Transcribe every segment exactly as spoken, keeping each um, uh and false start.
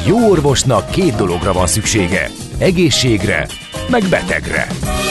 jó orvosnak két dologra van szüksége. Egészségre, meg betegre.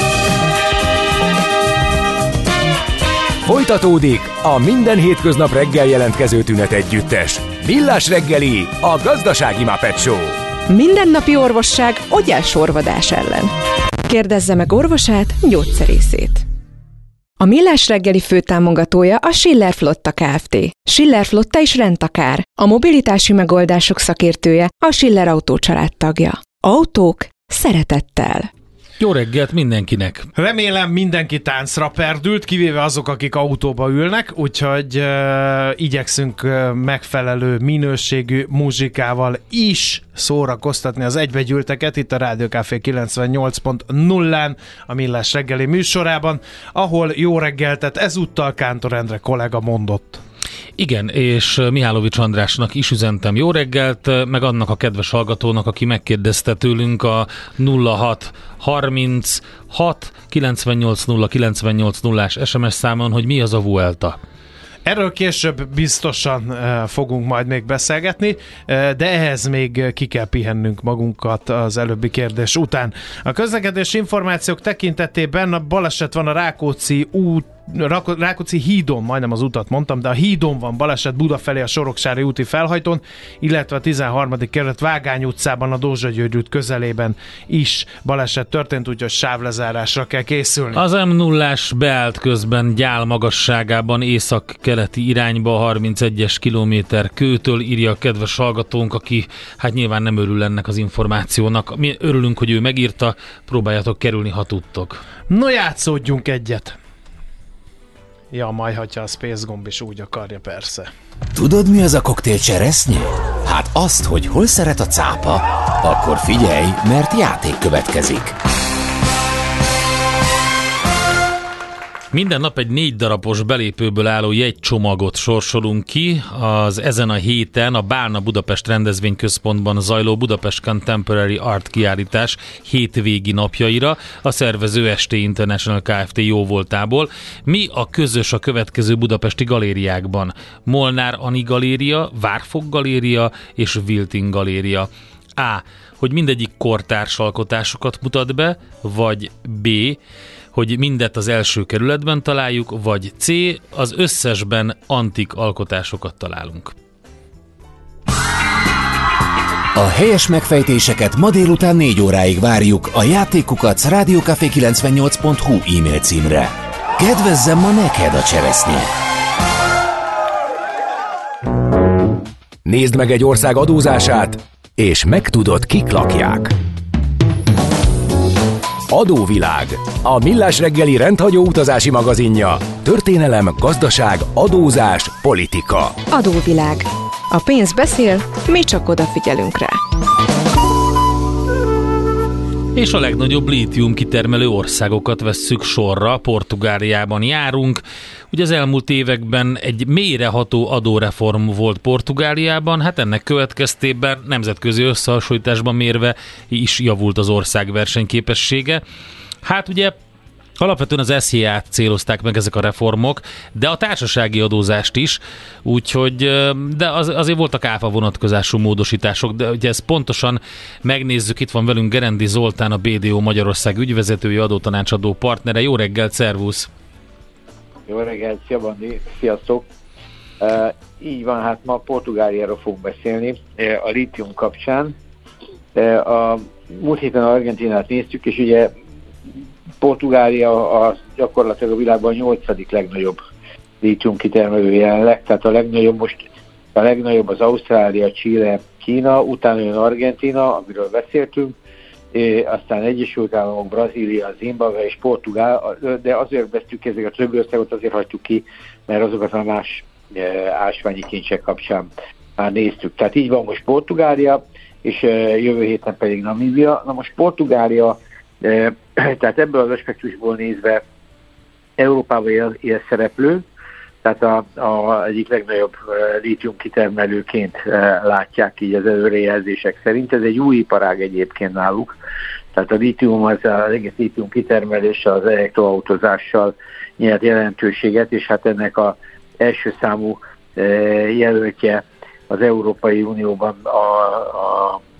Folytatódik a minden hétköznap reggel jelentkező tünet együttes. Millás reggeli, a gazdasági Muppet Show. Mindennapi orvosság ogyásorvadás ellen. Kérdezze meg orvosát, gyógyszerészét. A Millás reggeli főtámogatója a Schiller Flotta Kft. Schiller Flotta is rendtakár. A mobilitási megoldások szakértője, a Schiller Autó család tagja. Autók szeretettel. Jó reggelt mindenkinek! Remélem mindenki táncra perdült, kivéve azok, akik autóba ülnek, úgyhogy uh, igyekszünk uh, megfelelő minőségű muzsikával is szórakoztatni az egybegyűlteket itt a Rádió Café kilencvennyolc pont nullán a Millás reggeli műsorában, ahol jó reggeltet ezúttal Kántor Endre kollega mondott. Igen, és Mihálovics Andrásnak is üzentem jó reggelt, meg annak a kedves hallgatónak, aki megkérdezte tőlünk a nulla hat harminchat kilencvennyolc nulla kilencvennyolc nullás es em es számon, hogy mi az a Vuelta. Erről később biztosan uh, fogunk majd még beszélgetni, uh, de ehhez még ki kell pihennünk magunkat az előbbi kérdés után. A közlekedés információk tekintetében a baleset van a Rákóczi út Rákóczi hídon, majdnem az utat mondtam, de a hídon van baleset Buda felé a Soroksári úti felhajtón, illetve a tizenharmadik kerület Vágány utcában a Dózsa György út közelében is baleset történt, úgyhogy sávlezárásra kell készülni. Az em nullás beállt közben Gyál magasságában észak-keleti irányba harmincegyes kilométer kőtől, írja a kedves hallgatónk, aki hát nyilván nem örül ennek az információnak. Mi örülünk, hogy ő megírta, próbáljátok kerülni, ha tudtok. No, játszódjunk egyet! Ja, majd, hogyha a Space gomb is úgy akarja, persze. Tudod, mi az a koktél cseresznye? Hát azt, hogy hol szeret a cápa, akkor figyelj, mert játék következik. Minden nap egy négy darabos belépőből álló jegycsomagot sorsolunk ki az ezen a héten a Bálna Budapest rendezvényközpontban zajló Budapest Contemporary Art kiállítás hétvégi napjaira a szervező es té International Kft. Jóvoltából. Mi a közös a következő budapesti galériákban? Molnár Ani galéria, Várfok galéria és Wilting galéria. A. Hogy mindegyik kortárs alkotásokat mutat be, vagy B. hogy mindet az első kerületben találjuk, vagy C. az összesben antik alkotásokat találunk. A helyes megfejtéseket ma délután négy óráig várjuk a játékukac rádiókafé kilencvennyolc pont hu e-mail címre. Kedvezzem ma neked a cseresznye! Nézd meg egy ország adózását, és megtudod, kik lakják. Adóvilág, a Millás reggeli rendhagyó utazási magazinja. Történelem, gazdaság, adózás, politika. Adóvilág. A pénz beszél, mi csak odafigyelünk rá. És a legnagyobb lítium kitermelő országokat vesszük sorra, Portugáliában járunk. Ugye az elmúlt években egy mélyreható adóreform volt Portugáliában, hát ennek következtében nemzetközi összehasonlításban mérve is javult az ország versenyképessége. Hát ugye alapvetően az es zé á-t célozták meg ezek a reformok, de a társasági adózást is, úgyhogy, de az, azért voltak áfa vonatkozású módosítások, de ugye ezt pontosan megnézzük, itt van velünk Gerendi Zoltán, a bé dé o Magyarország ügyvezetője, adótanácsadó partnere. Jó reggelt, szervusz! Jó reggelt, szia Bandi, sziasztok! Uh, így van, hát ma Portugáliáról fogunk beszélni uh, a lítium kapcsán. Uh, a múlt héten Argentinát néztük, és ugye Portugália a, gyakorlatilag a világban a nyolcadik legnagyobb lítium kitermelő jelenleg, tehát a legnagyobb most a legnagyobb az Ausztrália, Chile, Kína, utána jön Argentina, amiről beszéltünk, és aztán Egyesült Államok, Brazília, Zimbabwe és Portugál, de azért vesztük ezeket a többi országot, azért hagytuk ki, mert azokat a más e, ásványi kincsek kapcsán már néztük. Tehát így van most Portugália, és e, jövő héten pedig Namíbia. Na most Portugália, e, tehát ebből az aspektusból nézve Európában él, él szereplő, tehát a, a egyik legnagyobb uh, lítium kitermelőként uh, látják így az előrejelzések szerint. Ez egy új iparág egyébként náluk, tehát a lítium, az, az egész lítium kitermelése az elektroautózással nyert jelentőséget, és hát ennek az első számú uh, jelöltje az Európai Unióban a, a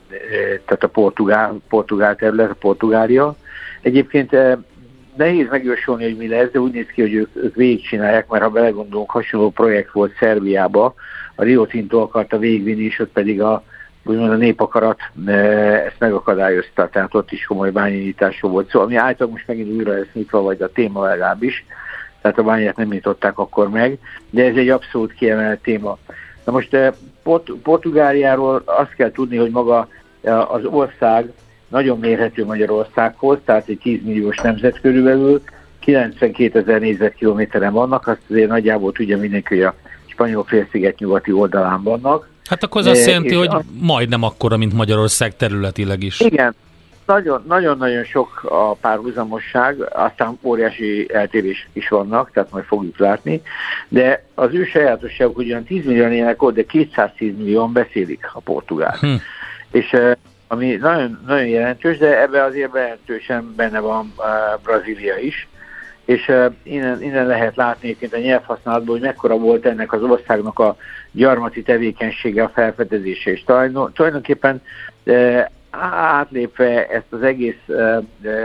tehát a portugál, portugál terület, a Portugália. Egyébként nehéz megjósolni, hogy mi lesz, de úgy néz ki, hogy ők, ők végigcsinálják, mert ha belegondolunk, hasonló projekt volt Szerbiába, a Rio Tinto akarta végigvinni, és ott pedig a, úgymond a népakarat ezt megakadályozta, tehát ott is komoly bányanyításról volt szó, szóval, ami általában most megint újra lesz nyitva, vagy a téma legalábbis, tehát a bányát nem nyitották akkor meg, de ez egy abszolút kiemelt téma. Na most Port- Portugáliáról azt kell tudni, hogy maga az ország nagyon mérhető Magyarországhoz, tehát egy tíz milliós nemzet körülbelül, kilencvenkétezer négyzetkilométeren vannak, azt azért nagyjából tudja mindenki, hogy a spanyol félsziget nyugati oldalán vannak. Hát akkor az azt jelenti, hogy a... majdnem akkora, mint Magyarország területileg is. Igen, nagyon-nagyon sok a párhuzamosság, aztán óriási eltérések is vannak, tehát majd fogjuk látni, de az ő sajátosságuk, hogy olyan tíz millióan élnek ott, de kétszáztíz millióan beszélik a portugál. Hm. És ami nagyon, nagyon jelentős, de ebben azért jelentősen benne van uh, Brazília is, és uh, innen, innen lehet látni egyébként a nyelvhasználatból, hogy mekkora volt ennek az országnak a gyarmati tevékenysége, a felfedezése, és tulajdonképpen uh, átlépve ezt az egész, uh, uh,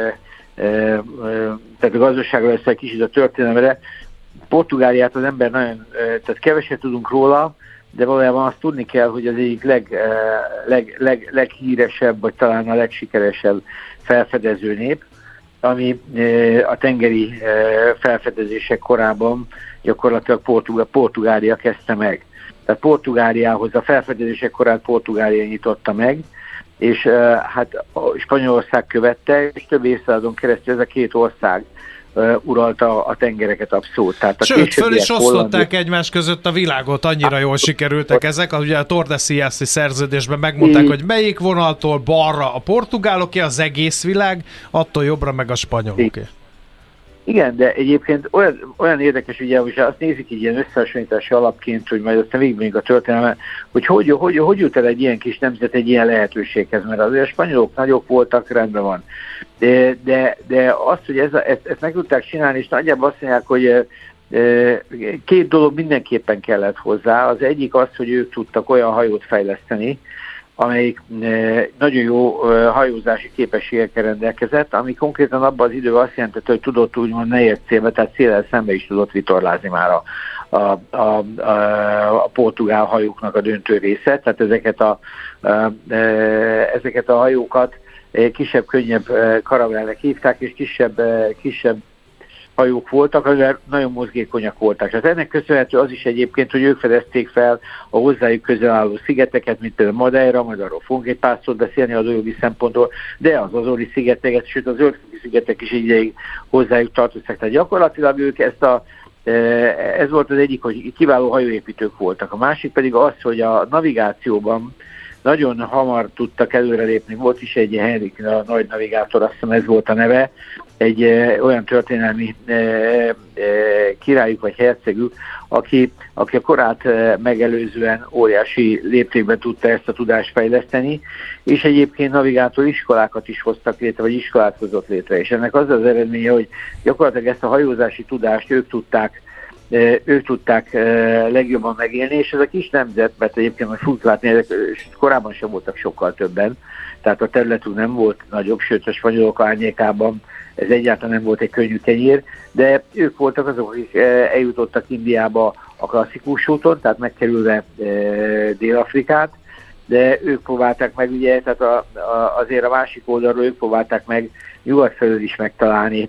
uh, tehát a gazdaságról lesz egy kicsit a történelemre, Portugáliát az ember nagyon, uh, tehát keveset tudunk róla, de valójában azt tudni kell, hogy az egyik leg, leg, leg, leghíresebb, vagy talán a legsikeresebb felfedező nép, ami a tengeri felfedezések korában gyakorlatilag Portugá, Portugália kezdte meg. Tehát Portugáliához a felfedezések korán Portugália nyitotta meg, és hát Spanyolország követte, és több évszázadon keresztül ez a két ország Uh, uralta a tengereket abszolút. Tehát a Sőt, föl is osztották Hollandia... egymás között a világot, annyira jól sikerültek ezek. Ugye a Tordesillas-i szerződésben megmondták, hogy melyik vonaltól balra a portugáloké, az egész világ, attól jobbra meg a spanyoloké. Igen, de egyébként olyan, olyan érdekes, ugye, hogy azt nézik így ilyen összehasonlítási alapként, hogy majd aztán végigmegyünk a történelme, hogy hogy, hogy hogy jut el egy ilyen kis nemzet egy ilyen lehetőséghez, mert azért a spanyolok nagyok voltak, rendben van. De, de, de azt, hogy ez a, ezt, ezt meg tudták csinálni, és nagyjából azt mondják, hogy két dolog mindenképpen kellett hozzá. Az egyik az, hogy ők tudtak olyan hajót fejleszteni, amelyik nagyon jó hajózási képességekkel rendelkezett, ami konkrétan abban az időben azt jelentett, hogy tudott úgymond ne ért célbe, tehát széllel szembe is tudott vitorlázni már a, a, a, a, a portugál hajóknak a döntő része, tehát ezeket a, a, ezeket a hajókat kisebb, könnyebb karavellnek hívták, és kisebb, kisebb hajók voltak, amivel nagyon mozgékonyak voltak. Tehát ennek köszönhető az is egyébként, hogy ők fedezték fel a hozzájuk közel álló szigeteket, mint például Madeira, majd arról fogunk egy pár szót beszélni az jogi szempontból, de az Azori szigeteket, sőt az Ördögi szigetek is egy ideig hozzájuk tartoztak. Tehát gyakorlatilag ők ezt a ez volt az egyik, hogy kiváló hajóépítők voltak. A másik pedig az, hogy a navigációban nagyon hamar tudtak előrelépni. Volt is egy Henrik, a nagy navigátor, azt hiszem ez volt a neve, egy e, olyan történelmi e, e, királyuk vagy hercegük, aki, aki a korát e, megelőzően óriási léptékben tudta ezt a tudást fejleszteni, és egyébként navigátor iskolákat is hoztak létre, vagy iskolát hozott létre. És ennek az az eredménye, hogy gyakorlatilag ezt a hajózási tudást ők tudták ők tudták legjobban megélni, és ez a kis nemzet, mert egyébként majd fogjuk látni, ezek korábban sem voltak sokkal többen, tehát a területünk nem volt nagyobb, sőt a spanyolok árnyékában ez egyáltalán nem volt egy könnyű kenyér, de ők voltak azok, akik eljutottak Indiába a klasszikus úton, tehát megkerülve Dél-Afrikát, de ők próbálták meg, ugye, tehát a, a, azért a másik oldalról ők próbálták meg nyugat felől is megtalálni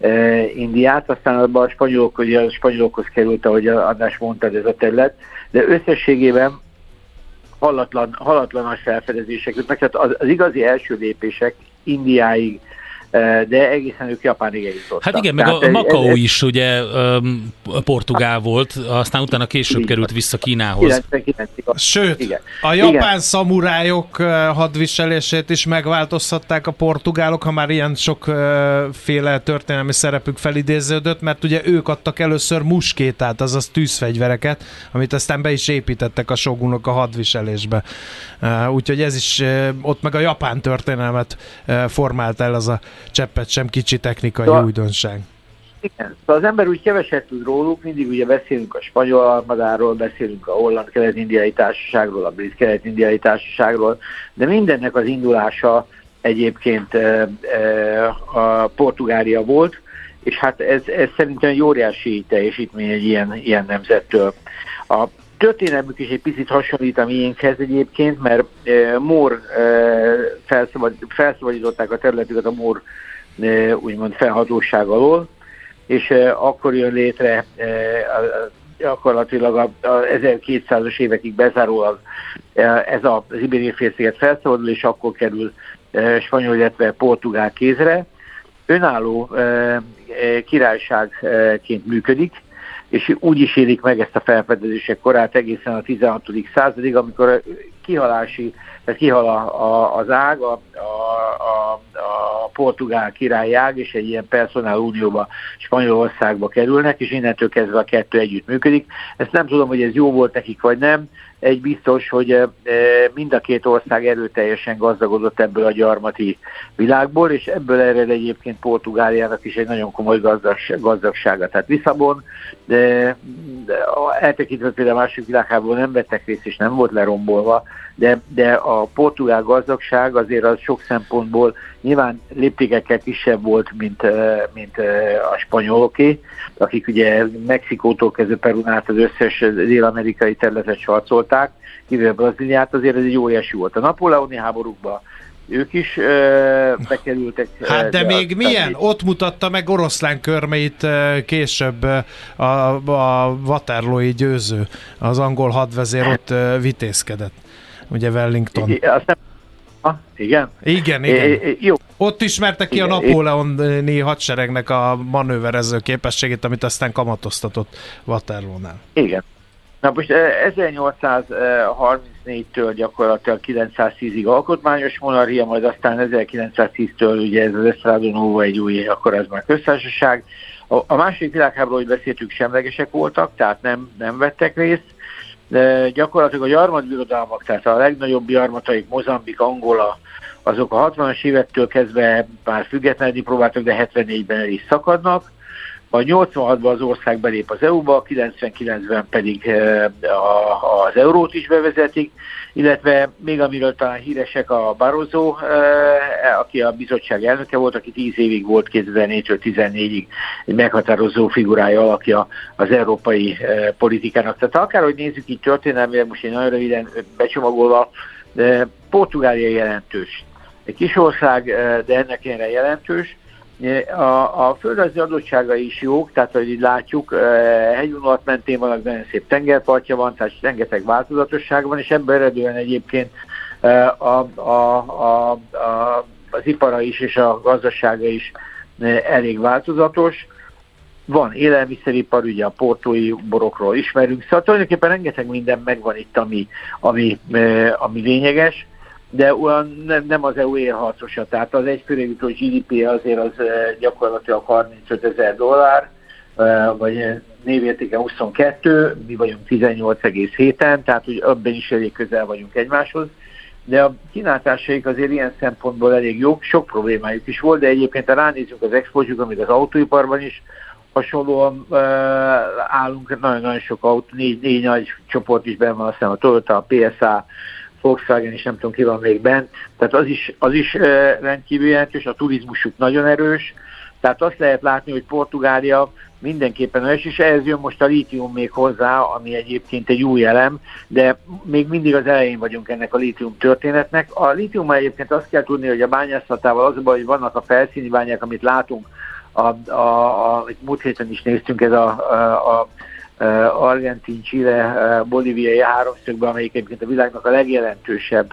Indiát, aztán abban a spanyolok, ugye a spanyolokhoz került, ahogy András mondtad, ez a terület, de összességében hallatlan, hallatlanas felfedezések jutnak, tehát az, az igazi első lépések Indiáig, de egészen ők Japánig eljutottak. Hát igen, meg tehát a Makao ez, ez, is ugye um, portugál volt, aztán utána később került vissza Kínához. kilencvenkilencig. Sőt, igen. a japán igen. szamurájok hadviselését is megváltoztatták a portugálok, ha már ilyen sokféle történelmi szerepük felidéződött, mert ugye ők adtak először muskétát, azaz tűzfegyvereket, amit aztán be is építettek a shogunok a hadviselésbe. Úgyhogy ez is, ott meg a japán történelmet formált el az a cseppet sem kicsi technikai szóval, újdonság. Igen, szóval az ember úgy keveset tud róluk, mindig ugye beszélünk a spanyol armadáról, beszélünk a holland kelet-indiai társaságról, a brit kelet-indiai társaságról, de mindennek az indulása egyébként e, e, a Portugália volt, és hát ez, ez szerintem egy óriási teljesítmény egy ilyen, ilyen nemzettől. A történelmük is egy picit hasonlít a miénkhez egyébként, mert e, Mór e, felszabad, felszabadították a területüket a Mór e, úgymond felhatóság alól, és e, akkor jön létre e, gyakorlatilag az ezerkétszázas évekig bezárólag e, ez a, az Ibériai-félsziget felszabadul, és akkor kerül e, spanyol, illetve portugál kézre. Önálló e, e, királyságként működik, és úgy is élik meg ezt a felfedezések korát egészen a tizenhatodik századig, amikor kihalási, tehát kihal a, a, az ág, a, a, a portugál királlyág, és egy ilyen personál unióba, Spanyolországba kerülnek, és innentől kezdve a kettő együtt működik. Ezt nem tudom, hogy ez jó volt nekik, vagy nem. Egy biztos, hogy mind a két ország erőteljesen gazdagodott ebből a gyarmati világból, és ebből ered egyébként Portugáliának is egy nagyon komoly gazdagsága. Tehát Lisszabon, de, de eltekintve például a második világháborúban nem vettek részt, és nem volt lerombolva, de, de a portugál gazdagság azért az sok szempontból nyilván léptékekkel kisebb volt, mint, mint a spanyoloké, akik ugye Mexikótól kezdve Perun át az összes dél-amerikai területet sarcolták, kivéve Brazíliát, azért ez egy óriási volt. A napóleoni háborúkban ők is ö, bekerültek. Hát de, de még milyen? Egy... Ott mutatta meg oroszlán körmeit később a, a Waterloo-i győző, az angol hadvezér ott vitézkedett. Ugye Wellington. I, azt nem... ah, igen? Igen, igen. I, I, jó. Ott ismerte ki igen, a napóleoni hadseregnek a manőverező képességét, amit aztán kamatoztatott Waterloo-nál. Igen. Na most ezernyolcszázharmincnégytől gyakorlatilag kilencszáztízig alkotmányos monarchia, majd aztán ezerkilencszáztíztől ugye ez az Estrada Nova egy új, akkor ez már köztársaság. A, a második világháborúban, hogy beszéltük, semlegesek voltak, tehát nem, nem vettek részt. De gyakorlatilag a gyarmatbirodalmak, tehát a legnagyobb gyarmataik, Mozambik, Angola, azok a hatvanas évektől kezdve már függetlenedni próbáltak, de hetvennégyben el is szakadnak. A nyolcvanhatban az ország belép az é u-ba, kilencvenkilencben pedig az eurót is bevezetik, illetve még amiről talán híresek a Barroso, aki a bizottság elnöke volt, aki tíz évig volt kétezer-négytől tizennégyig egy meghatározó figurája, alakja az európai politikának. Tehát akárhogy nézzük így történelmileg, most én nagyon röviden becsomagolva, Portugália jelentős. Egy kis ország, de ennek ennyire jelentős. A, a földrajzi adottságai is jók, tehát ahogy így látjuk, hegyvonalat mentén vannak, nagyon szép tengerpartja van, tehát rengeteg változatosság van, és ebből eredően egyébként a, a, a, a, az ipara is és a gazdasága is elég változatos. Van élelmiszeripar, ugye a portói borokról ismerünk, szóval tulajdonképpen rengeteg minden megvan itt, ami, ami, ami lényeges. De olyan nem az é u élharcosa, tehát az egyfőre jutó gé dé pé azért az gyakorlatilag harmincötezer dollár, vagy névértéken huszonkettő, mi vagyunk tizennyolc egész héten, tehát úgy abban is elég közel vagyunk egymáshoz, de a kínálatásaik azért ilyen szempontból elég jók, sok problémájuk is volt, de egyébként ha ránézzünk az exportjuk, amíg az autóiparban is hasonlóan uh, állunk, nagyon-nagyon sok autó, négy, négy nagy csoport is benne van, aztán a Toyota, a pé es á, Volkswagen is, nem tudom ki van még benn, tehát az is, az is uh, rendkívül jelentős, a turizmusuk nagyon erős, tehát azt lehet látni, hogy Portugália mindenképpen erős, és ehhez jön most a lítium még hozzá, ami egyébként egy új elem, de még mindig az elején vagyunk ennek a lítium történetnek. A lítiummal egyébként azt kell tudni, hogy a bányászatával az a baj, hogy vannak a felszíni bányák, amit látunk, a, a, a, múlt héten is néztünk, ez a, a, a Argentin, Chile, bolíviai háromszögben, amelyik egyébként a világnak a legjelentősebb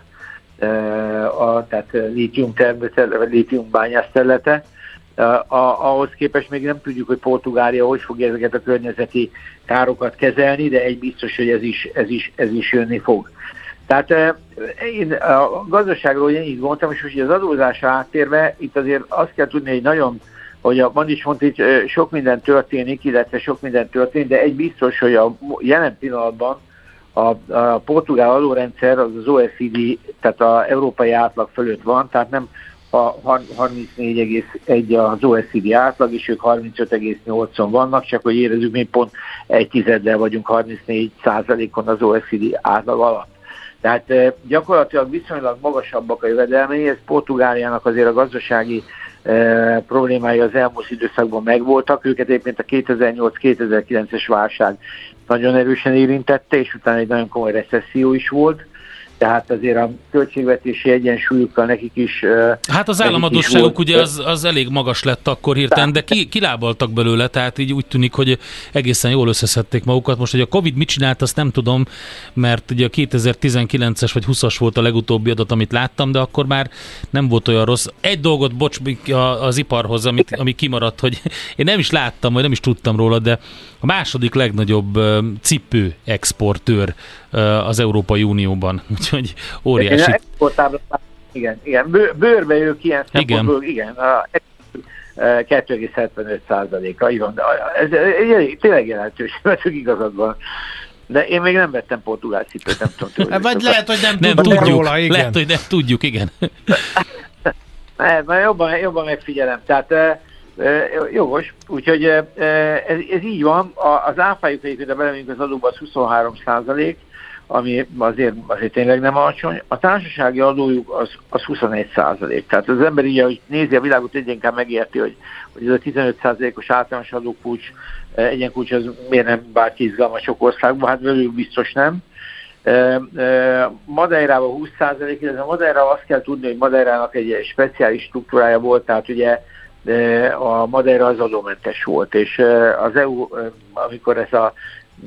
a, tehát lítium termőterülete, vagy lítium bányász területe. Ahhoz képest még nem tudjuk, hogy Portugália hogy fogja ezeket a környezeti károkat kezelni, de egy biztos, hogy ez is, ez is, ez is jönni fog. Tehát én a gazdaságról én így mondtam, és most az adózásra áttérve, itt azért azt kell tudni, hogy nagyon, hogy a Mandics mondta, hogy sok minden történik, illetve sok minden történik, de egy biztos, hogy a jelen pillanatban a, a portugál adórendszer az az o e cé dé, tehát az európai átlag fölött van, tehát nem harmincnégy egész egy az o e cé dé átlag, és ők harmincöt egész nyolcon vannak, csak hogy érezzük, mi pont egy tizeddel vagyunk harmincnégy százalékon az o e cé dé átlag alatt. Tehát gyakorlatilag viszonylag magasabbak a jövedelmei, ez Portugáliának azért a gazdasági e, problémái az elmúlt időszakban megvoltak, őket egyébként a kétezer-nyolc kétezer-kilences válság nagyon erősen érintette, és utána egy nagyon komoly recesszió is volt. Tehát azért a költségvetési egyensúlyukkal nekik is... Hát az államadósságuk ugye az, az elég magas lett akkor hirtelen, de ki, kilábaltak belőle, tehát így úgy tűnik, hogy egészen jól összeszedték magukat. Most, hogy a Covid mit csinált, azt nem tudom, mert ugye a kétezer-tizenkilences vagy húszas volt a legutóbbi adat, amit láttam, de akkor már nem volt olyan rossz. Egy dolgot, bocs, az iparhoz, amit, ami kimaradt, hogy én nem is láttam, vagy nem is tudtam róla, de a második legnagyobb cipő exportőr az Európai Unióban, úgyhogy óriási. Igen, igen, bőrbe ők ilyen szempontból, igen, a kettő egész hetvenöt százaléka, ez, ez tényleg jelentős, mert ők igazad van. De én még nem vettem portugál cipőt, nem tudom. Vagy lehet, hogy nem, nem tudjuk, róla, igen. Lehet, hogy nem tudjuk, igen. Mert jobban, jobban megfigyelem, tehát jogos, úgyhogy ez, ez így van, az áfájuk egyébként, de belemegyünk az adóba, az huszonhárom százalék, ami azért, azért tényleg nem alacsony. A társasági adójuk az, az huszonegy százalék. Tehát az ember így, ahogy nézi a világot, egyre inkább megérti, hogy, hogy ez a tizenöt százalékos általános adókulcs, egyenkulcs, az miért nem bárki izgalmas sok országban, hát velük biztos nem. Madeirában húsz százalék, illetve Madeirában azt kell tudni, hogy Madeirának egy speciális struktúrája volt, tehát ugye a Madeira az adómentes volt, és az é u, amikor ez a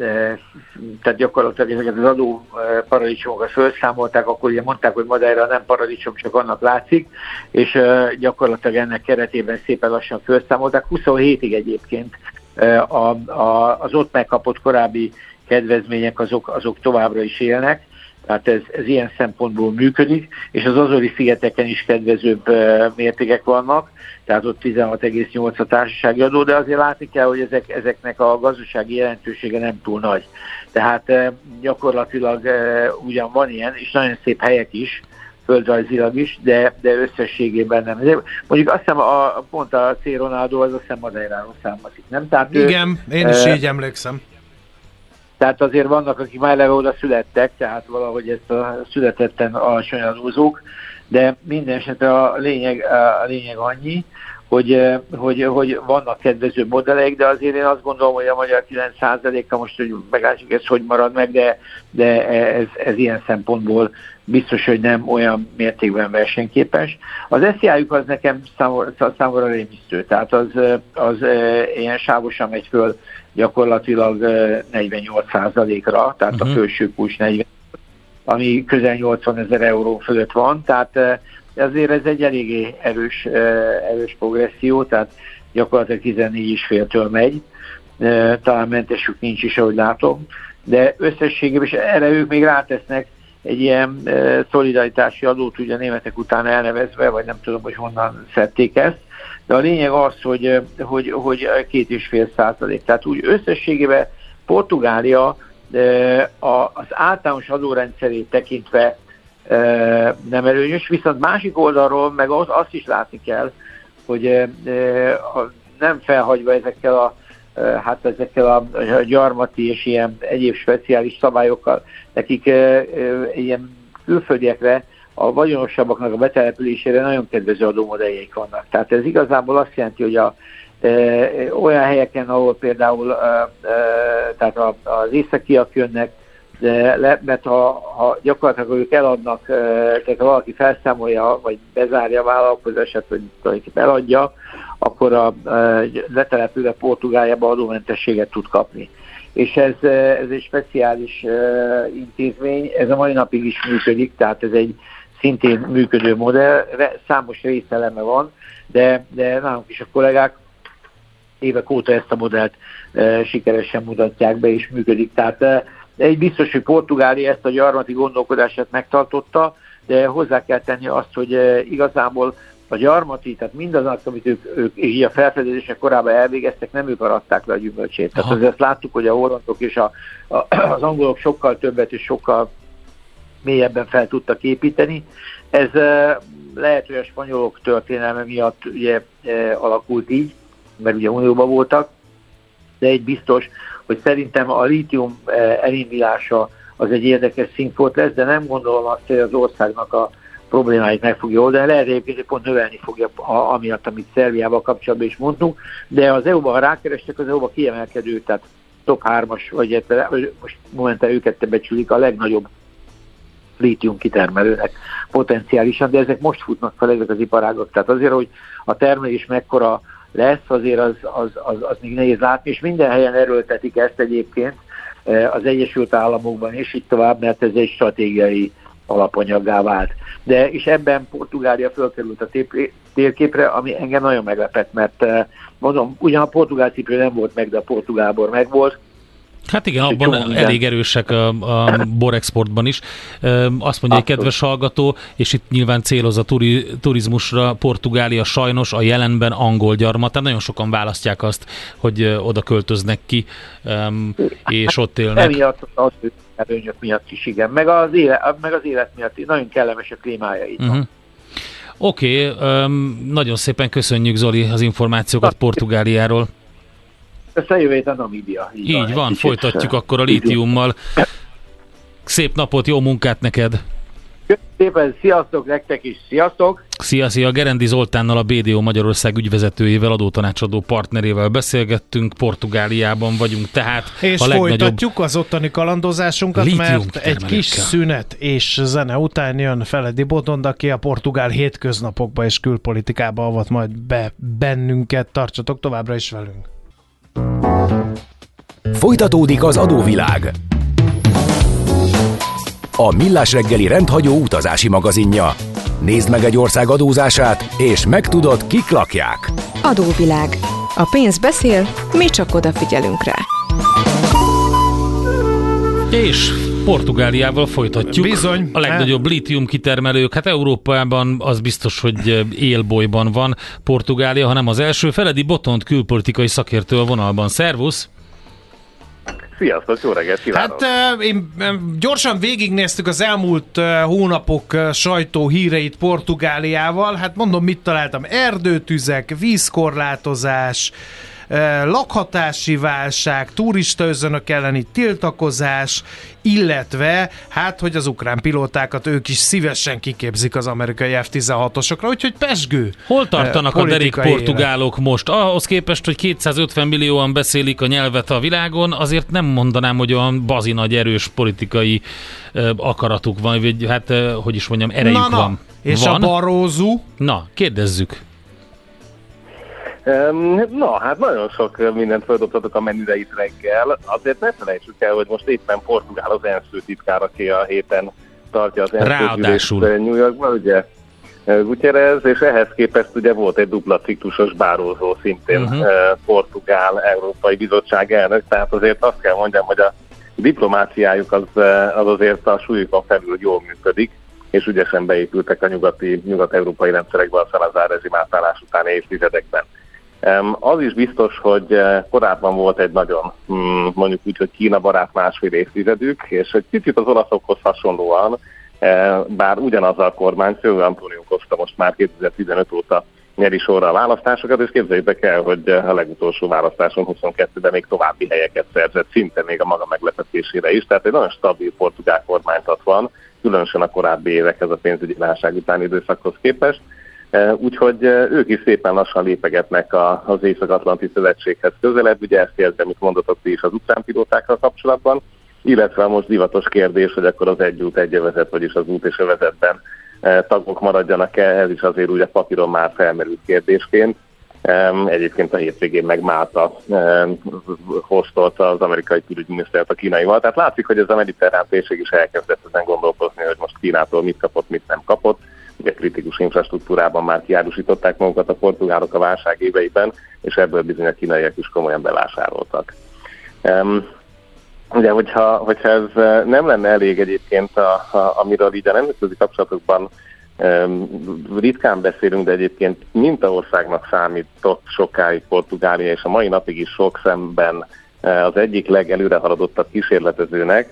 tehát gyakorlatilag ezeket az adó paradicsomokat felszámolták, akkor ugye mondták, hogy Madeira nem paradicsom, csak annak látszik, és gyakorlatilag ennek keretében szépen lassan felszámolták. huszonhétig egyébként a, a, az ott megkapott korábbi kedvezmények azok, azok továbbra is élnek, tehát ez, ez ilyen szempontból működik, és az Azori-szigeteken is kedvezőbb mértékek vannak, tehát ott tizenhat egész nyolc a társasági adó, de azért látni kell, hogy ezek, ezeknek a gazdasági jelentősége nem túl nagy. Tehát gyakorlatilag ugyan van ilyen, és nagyon szép helyek is, földrajzilag is, de, de összességében nem. De mondjuk azt hiszem, a, pont a C. Ronaldo az azt hiszem Madeiráról származik, nem? Tehát igen, ő, én is e, így emlékszem. Tehát azért vannak, akik már eleve oda születtek, tehát valahogy ezt a születetten alacsony adózók, de minden esetre a lényeg, a lényeg annyi, hogy, hogy, hogy vannak kedvező modellek, de azért én azt gondolom, hogy a magyar kilenc százaléka most, hogy meglátjuk, ez hogy marad meg, de, de ez, ez ilyen szempontból biztos, hogy nem olyan mértékben versenyképes. Az es zé á-juk az nekem számomra, számomra rémisztő, tehát az, az ilyen sávosan megy föl gyakorlatilag negyvennyolc százalékra, tehát uh-huh. a felső kulcs negyven, ami közel nyolcvanezer euró fölött van, tehát ezért ez egy eléggé erős, erős progresszió, tehát gyakorlatilag tizennégy és féltől megy, talán mentesük nincs is, ahogy látom, de összességében, és erre ők még rátesznek egy ilyen szolidaritási adót, ugye a németek után elnevezve, vagy nem tudom, hogy honnan szedték ezt, de a lényeg az, hogy, hogy, hogy két és fél százalék. Tehát úgy összességében Portugália az általános adórendszerét tekintve nem előnyös, viszont másik oldalról meg azt is látni kell, hogy nem felhagyva ezekkel a, hát ezekkel a gyarmati és ilyen egyéb speciális szabályokkal, nekik ilyen külföldiekre, a vagyonosabbaknak a betelepülésére nagyon kedvező adómodelljeik vannak. Tehát ez igazából azt jelenti, hogy a, e, olyan helyeken, ahol például e, e, tehát a, az északiak jönnek, de le, mert ha, ha gyakorlatilag ők eladnak, e, tehát ha valaki felszámolja, vagy bezárja a vállalkozását, vagy tulajdonképpen eladja, akkor a e, letelepülve Portugáliába adómentességet tud kapni. És ez, ez egy speciális e, intézmény, ez a mai napig is működik, tehát ez egy szintén működő modell, számos részeleme van, de, de nálunk is a kollégák évek óta ezt a modellt e, sikeresen mutatják be, és működik. Tehát e, egy biztos, hogy Portugália ezt a gyarmati gondolkodását megtartotta, de hozzá kell tenni azt, hogy e, igazából a gyarmati, tehát mindaznak, amit ők, ők így a felfedezések korábban elvégeztek, nem ők aratták le a gyümölcsét. Tehát azért láttuk, hogy a hollandok és a, a, az angolok sokkal többet és sokkal mélyebben fel tudtak építeni. Ez lehet, hogy a spanyolok történelme miatt ugye alakult így, mert ugye unióban voltak, de egy biztos, hogy szerintem a lítium elindulása az egy érdekes színfolt lesz, de nem gondolom azt, hogy az országnak a problémáit meg fogja oldani. Lehet egyébként, hogy pont növelni fogja amiatt, amit Szerbiával kapcsolatban is mondtunk, de az é u-ban, ha rákerestek, az é u-ban kiemelkedő, tehát top hármas, vagy most momentán őket becsülik a legnagyobb lítium kitermelőnek potenciálisan, de ezek most futnak fel ezek az iparágok. Tehát azért, hogy a termelés mekkora lesz, azért az, az, az, az még nehéz látni, és minden helyen erőltetik ezt egyébként az Egyesült Államokban, és így tovább, mert ez egy stratégiai alapanyaggá vált. De és ebben Portugália fölkerült a térképre, ami engem nagyon meglepett, mert mondom, ugyan a portugál ciprő nem volt meg, de a portugálbor meg volt. Hát igen, abban elég erősek a, a borexportban is. Azt mondja egy kedves hallgató, és itt nyilván céloz a turi, turizmusra, Portugália sajnos a jelenben angol gyarmat, tehát nagyon sokan választják azt, hogy oda költöznek ki, és ott élnek. Emiatt az előnyök miatt is, igen. Meg az élet, meg az élet miatt nagyon kellemes a klímája itt. Uh-huh. Oké, okay, um, nagyon szépen köszönjük, Zoli, az információkat Portugáliáról. Aztán jövő a Namíbia. Így, így van, van folytatjuk akkor a lítiummal. Szép napot, jó munkát neked! Szépen, sziasztok nektek is, sziasztok! Szia, szia! Gerendi Zoltánnal, a bé dé o Magyarország ügyvezetőjével, adótanácsadó partnerével beszélgettünk, Portugáliában vagyunk, tehát és a legnagyobb... folytatjuk az ottani kalandozásunkat, mert egy kis szünet és zene után jön Feledi Botond, aki a portugál hétköznapokba és külpolitikába avat majd be bennünket. Tartsatok továbbra is velünk! Folytatódik az adóvilág. A Millás reggeli rendhagyó utazási magazinja. Nézd meg egy ország adózását, és megtudod, kik lakják. Adóvilág. A pénz beszél, mi csak odafigyelünk rá. És Portugáliával folytatjuk. Bizony. A legnagyobb lítium kitermelők. Hát Európában az biztos, hogy élbolyban van Portugália, hanem az első. Feledi Botond külpolitikai szakértő a vonalban. Szervusz! Sziasztok, jó reggelt kívánok! Hát én gyorsan végignéztük az elmúlt hónapok sajtó híreit Portugáliával. Hát mondom, mit találtam. Erdőtüzek, vízkorlátozás, lakhatási válság, turistaözönök elleni tiltakozás, illetve hát, hogy az ukrán pilótákat ők is szívesen kiképzik az amerikai ef tizenhatosokra, úgyhogy pesgő. Hol tartanak a derék portugálok élet most? Ahhoz képest, hogy kétszázötven millióan beszélik a nyelvet a világon, azért nem mondanám, hogy olyan bazinagy erős politikai uh, akaratuk van, vagy hát, uh, hogy is mondjam, erejük na, na. van. És van? a Barroso? Na, kérdezzük. Na, hát nagyon sok mindent feldobtatok a menüre itt reggel. Azért ne felejtsük el, hogy most éppen Portugál az ENSZ főtitkár, aki a héten tartja az ENSZ New Yorkban, ugye Guterres, és ehhez képest ugye volt egy dupla ciklusos Barroso, szintén uh-huh. Portugál Európai Bizottság elnök, tehát azért azt kell mondjam, hogy a diplomáciájuk az, az azért a súlyukon felül jól működik, és ügyesen beépültek a nyugati, nyugat-európai rendszerekbe a Salazar rezsim átállás utáni évtizedekben. Az is biztos, hogy korábban volt egy nagyon, mondjuk úgy, hogy Kína barát másfél évtizedük, és egy picit az olaszokhoz hasonlóan, bár ugyanaz a kormányfő, Antonio Costa most már kétezer-tizenöt óta nyeri sorra a választásokat, és képzeljétek el, hogy a legutolsó választáson huszonkettőben még további helyeket szerzett, szinte még a maga meglepetésére is, tehát egy nagyon stabil portugál kormányzat van, különösen a korábbi évekhez a pénzügyi válság utáni időszakhoz képest. Úgyhogy ők is szépen lassan lépegetnek az Észak-Atlanti Szövetséghez közelebb, ugye ezt jelzi, amit mondotok ti is az ukrán pilótákkal kapcsolatban, illetve a most divatos kérdés, hogy akkor az egy út, egy övezet, vagyis az út és övezetben tagok maradjanak-e, ez is azért ugye papíron már felmerült kérdésként. Egyébként a hétvégén meg Málta hoztolta az amerikai külügyminisztert a kínaival, tehát látszik, hogy ez a mediterrán térség is elkezdett ezen gondolkozni, hogy most Kínától mit kapott, mit nem kapott. Ugye kritikus infrastruktúrában már kiárusították magukat a portugálok a válság éveiben, és ebből bizony a kínaiak is komolyan bevásároltak. Um, ugye, hogyha, hogyha ez nem lenne elég egyébként, a, a, amiről így a nemzetközi kapcsolatokban um, ritkán beszélünk, de egyébként mintaországnak számított sokáig Portugália, és a mai napig is sok szemben az egyik legelőrehaladottabb kísérletezőnek,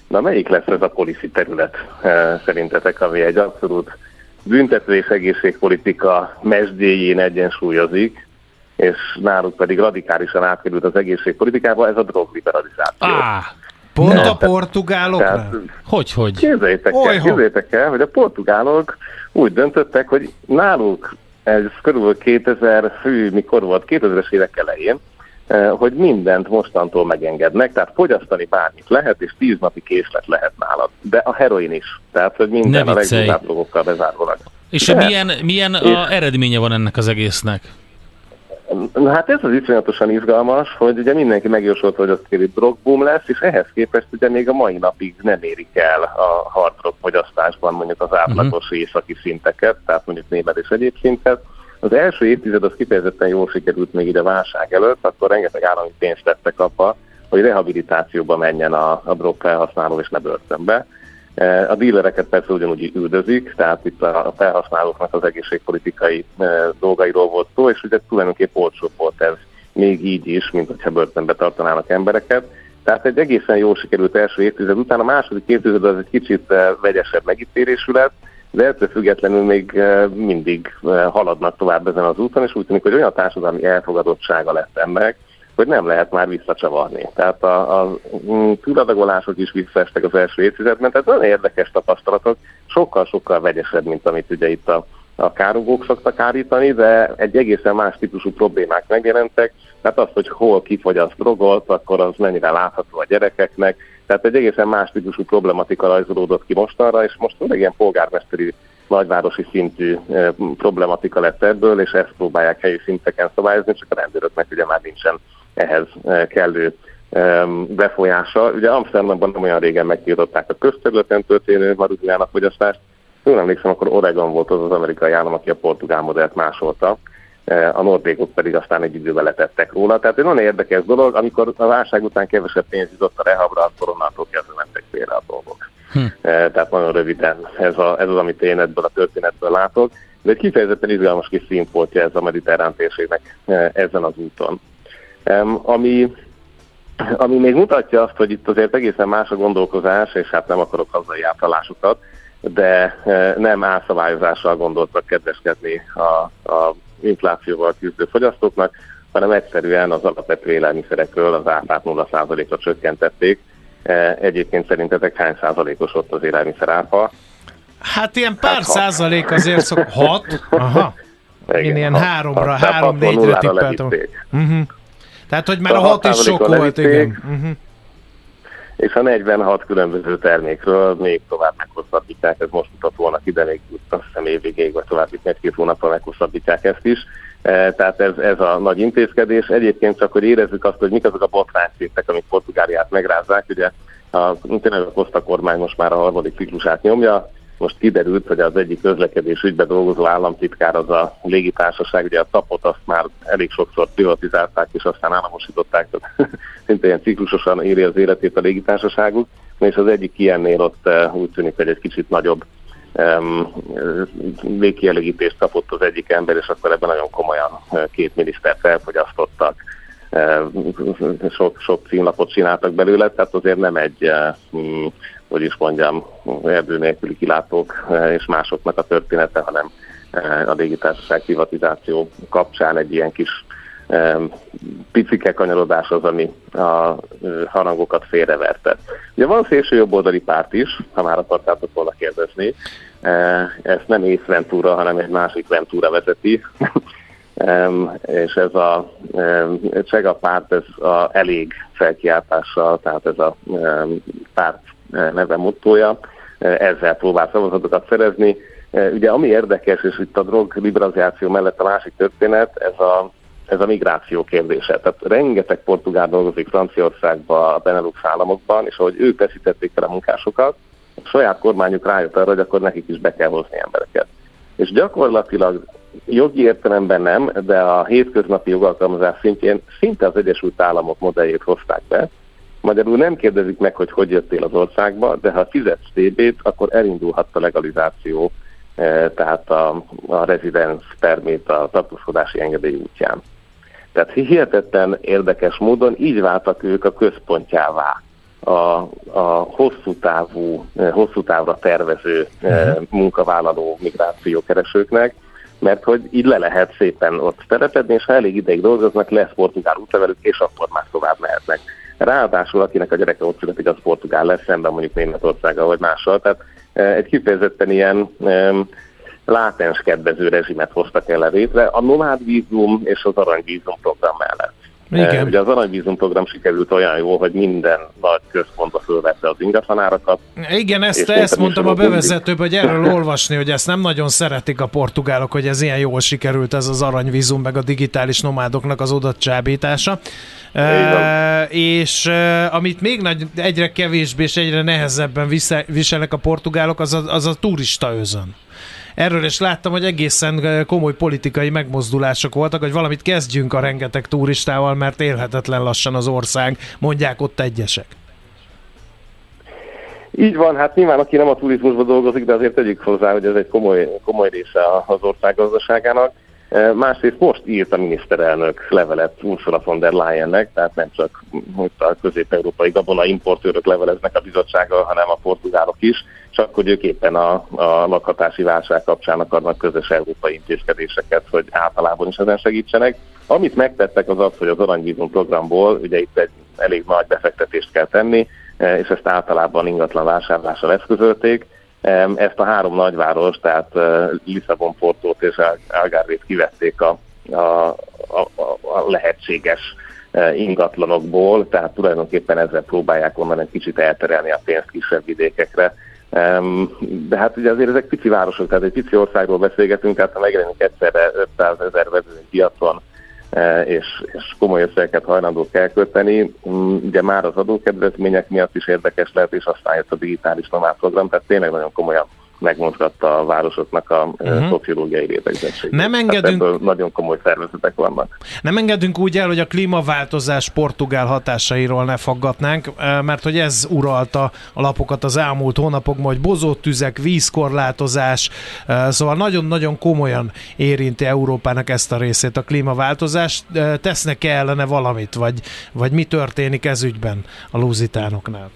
Na melyik lesz ez a policy terület szerintetek, ami egy abszolút büntető és egészségpolitika mesdjéjén egyensúlyozik, és náluk pedig radikálisan átkerült az egészségpolitikába, ez a drogliberalizáció. Ah, pont no. a portugálokra? Hogy, hogy? Képzeljétek el, képzeljétek el, hogy a portugálok úgy döntöttek, hogy náluk ez körülbelül kétezer, fű, mikor volt, kétezres évek elején, hogy mindent mostantól megengednek, tehát fogyasztani bármit lehet, és tíz napi készlet lehet nálad. De a heroin is. Tehát, hogy minden a legjobb drogokkal bezárulnak. És De, milyen, milyen és a eredménye van ennek az egésznek? Hát ez az iszonyatosan izgalmas, hogy ugye mindenki megjósolta, hogy az kéri drogboom lesz, és ehhez képest ugye még a mai napig nem érik el a hard drog fogyasztásban mondjuk az átlagos uh-huh. északi szinteket, tehát mondjuk német és egyéb szintet. Az első évtized az kifejezetten jól sikerült még ide a válság előtt, akkor rengeteg állami pénzt tettek abba, hogy rehabilitációba menjen a, a drog felhasználó és ne börtönbe. A dílereket persze ugyanúgy üldözik, tehát itt a felhasználóknak az egészségpolitikai dolgairól volt szó, és ugye tulajdonképp olcsóbb volt ez még így is, mint hogyha börtönbe tartanának embereket. Tehát egy egészen jól sikerült első évtized után, a második évtized az egy kicsit vegyesebb megítélésű lett, de ettől függetlenül még mindig haladnak tovább ezen az úton, és úgy tűnik, hogy olyan társadalmi elfogadottsága lett ennek, hogy nem lehet már visszacsavarni. Tehát a, a túladagolások is visszaestek az első évtizedben, tehát nagyon érdekes tapasztalatok, sokkal-sokkal vegyesebb, mint amit ugye itt a, a károgók szoktak állítani, de egy egészen más típusú problémák megjelentek, tehát az, hogy hol kifogyaszt drogot, akkor az mennyire látható a gyerekeknek, tehát egy egészen más típusú problematika rajzolódott ki mostanra, és most egy ilyen polgármesteri nagyvárosi szintű e, problematika lett ebből, és ezt próbálják helyi szinteken szabályozni, csak a rendőröknek ugye már nincsen ehhez e, kellő e, befolyása. Ugye Amsterdamban nem olyan régen megtiltották a közterületen történő marihuána fogyasztást. Jól emlékszem, akkor Oregon volt az az amerikai állam, aki a portugál modellt másolta, e, a norvégok pedig aztán egy időben letettek róla. Tehát egy nagyon érdekes dolog, amikor a válság után kevesebb pénz jutott a rehabra, akkor onnantól kezdve mentek félre a dolgok. Hm. E, tehát nagyon röviden ez, a, ez az, amit én ebből a történetből látok. De egy kifejezetten izgalmas kis színfoltja ez a mediterrán térségnek e, ezen az úton. E, ami, ami még mutatja azt, hogy itt azért egészen más a gondolkozás, és hát nem akarok hazai átalásokat, de e, nem álszabályozással gondoltak kedveskedni a, a inflációval küzdő fogyasztóknak, hanem egyszerűen az alapvető élelmiszerekről az áfát nulla százalékra csökkentették. Egyébként szerintetek hány százalékos ott az élelmiszer áfa? Hát ilyen pár hát százalék azért szok... Hat? Aha. Igen, én ilyen hat, háromra, hat, három-négyre tippeltem. Uh-huh. Tehát, hogy már a, a hat is sok volt, igen. Uh-huh. És a negyvenhat különböző termékről még tovább meghosszabbítják, ez most mutatónak ide, még azt hiszem évvégéig, vagy tovább itt egy-két hónappal meghosszabbítják ezt is. Tehát ez, ez a nagy intézkedés. Egyébként csak, hogy érezzük azt, hogy mik azok a botrányszintek, amik Portugáliát megrázzák. Ugye a, tényleg a Costa kormány most már a harmadik ciklusát nyomja. Most kiderült, hogy az egyik közlekedés ügyben dolgozó államtitkár, az a légitársaság, ugye a tapot azt már elég sokszor privatizálták, és aztán államosították, szinte ilyen ciklusosan éri az életét a légitársaságuk, és az egyik ilyennél ott úgy tűnik, hogy egy kicsit nagyobb um, légkielégítést kapott az egyik ember, és akkor ebben nagyon komolyan két minisztert elfogyasztottak, sok, sok címlapot csináltak belőle, tehát azért nem egy, um, hogy is mondjam, erdő nélküli kilátók és másoknak a története, hanem a légitársaság privatizáció kapcsán egy ilyen kis um, picike kanyarodás az, ami a harangokat félreverte. Ugye van szélső jobboldali párt is, ha már akartátok volna kérdezni, ezt nem Ace Ventura, hanem egy másik Ventura vezeti, Um, és ez a um, Csega párt, ez a elég felkiáltással, tehát ez a um, párt neve mottója, ezzel próbál szavazatokat szerezni. Ugye ami érdekes, és itt a drog liberalizáció mellett a másik történet, ez a, ez a migráció kérdése. Tehát rengeteg portugál dolgozik Franciaországban, a Benelux államokban, és ahogy ők veszítették el a munkásokat, a saját kormányuk rájött arra, hogy akkor nekik is be kell hozni embereket. És gyakorlatilag jogi értelemben nem, de a hétköznapi jogalkalmazás szintjén szinte az Egyesült Államok modelljét hozták be. Magyarul nem kérdezik meg, hogy hogy jöttél az országba, de ha fizetsz té bét, akkor elindulhat a legalizáció, tehát a, a residence permit, a tartózkodási engedély útján. Tehát hihetetlen érdekes módon így váltak ők a központjává a, a hosszú távú, hosszú távra tervező uh-huh. munkavállaló migrációkeresőknek, mert hogy így le lehet szépen ott telepedni, és ha elég ideig dolgoznak, lesz portugál útlevelük, és akkor már tovább mehetnek. Ráadásul akinek a gyereke ott születik, az portugál lesz, szemben mondjuk Németországgal vagy mással. Tehát egy kifejezetten ilyen um, látens kedvező rezsimet hoztak el létre a nomád vízum és az aranyvízum program mellett. Igen. Ugye az aranyvízum program sikerült olyan jó, hogy minden nagy központba fölvette az ingatlanárakat. Igen, ezt, ezt mondtam a bevezetőben, hogy erről olvasni, hogy ezt nem nagyon szeretik a portugálok, hogy ez ilyen jól sikerült, ez az aranyvízum, meg a digitális nomádoknak az odatcsábítása. E, és e, amit még nagy, egyre kevésbé és egyre nehezebben visel, viselnek a portugálok, az a, az a turista özön. Erről is láttam, hogy egészen komoly politikai megmozdulások voltak, hogy valamit kezdjünk a rengeteg turistával, mert élhetetlen lassan az ország, mondják ott egyesek. Így van, hát nyilván aki nem a turizmusban dolgozik, de azért tegyük hozzá, hogy ez egy komoly, komoly része az ország gazdaságának. Másrészt most írt a miniszterelnök levelet Ursula von der Leyennek, tehát nem csak a közép-európai gabona importőrök leveleznek a bizottsággal, hanem a portugálok is, csak hogy ők éppen a, a lakhatási válság kapcsán akarnak közös európai intézkedéseket, hogy általában is ezen segítsenek. Amit megtettek az az, hogy az aranyvízum programból, ugye itt egy elég nagy befektetést kell tenni, és ezt általában ingatlan vásárlással eszközölték. Ezt a három nagyváros, tehát Lisszabon, Portót és Algarvét kivették a, a, a, a lehetséges ingatlanokból, tehát tulajdonképpen ezzel próbálják onnan egy kicsit elterelni a pénzt kisebb vidékekre. De hát ugye azért ezek pici városok, tehát egy pici országról beszélgetünk, tehát ha megjelenik egyszerre ötszázezer vevő piacon, és, és komoly összegeket hajlandók elkölteni. Ugye már az adókedvezmények miatt is érdekes lehet, és aztán jött a digitális nomád program, tehát tényleg nagyon komolyan megmozgatta a városoknak a uh-huh. szociológiai rétegzettségét. Nem engedünk... ebből nagyon komoly szervezetek vannak. Nem engedünk úgy el, hogy a klímaváltozás portugál hatásairól ne faggatnánk, mert hogy ez uralta a lapokat az elmúlt hónapokban, hogy bozóttüzek, vízkorlátozás, szóval nagyon-nagyon komolyan érinti Európának ezt a részét a klímaváltozás. Tesznek-e ellene valamit, vagy, vagy mi történik ez ügyben a luzitánoknál?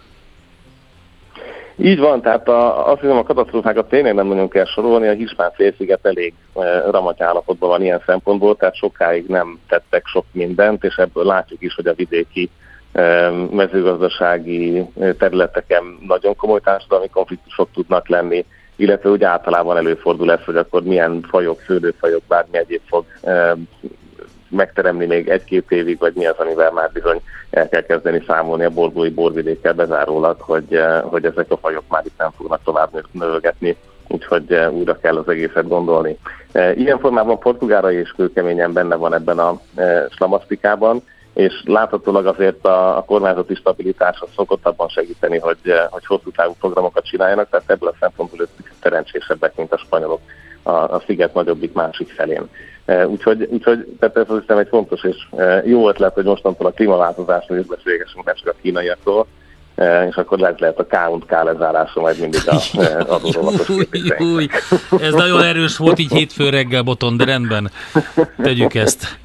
Így van, tehát a, azt hiszem a katasztrófákat tényleg nem nagyon kell sorolni, a Hispán-félsziget elég e, ramaty állapotban van ilyen szempontból, tehát sokáig nem tettek sok mindent, és ebből látjuk is, hogy a vidéki e, mezőgazdasági területeken nagyon komoly társadalmi konfliktusok tudnak lenni, illetve úgy általában előfordul ez, hogy akkor milyen fajok, szőlőfajok, bármi egyéb fog e, megteremni még egy-két évig, vagy mi az, amivel már bizony el kell kezdeni számolni a borgói borvidékkel bezárólag, hogy, hogy ezek a fajok már itt nem fognak tovább növegetni, úgyhogy újra kell az egészet gondolni. Ilyen formában Portugálra is kőkeményen benne van ebben a slamasztikában, és láthatólag azért a, a kormányzati stabilitás szokott abban segíteni, hogy, hogy hosszú távú programokat csináljanak, tehát ebből a szempontból ők szerencsésebbek, mint a spanyolok a, a sziget nagyobbik másik felén. Úgyhogy, úgyhogy tehát ez azt hiszem egy fontos és jó ötlet, hogy mostantól a klímaváltozásról is beszélgessünk, nem csak a kínaiakról, és akkor lehet, lehet a K és K lezárása majd mindig az adórólapos képviseink. Ez nagyon erős volt így hétfő reggel, Boton, de rendben, tegyük ezt.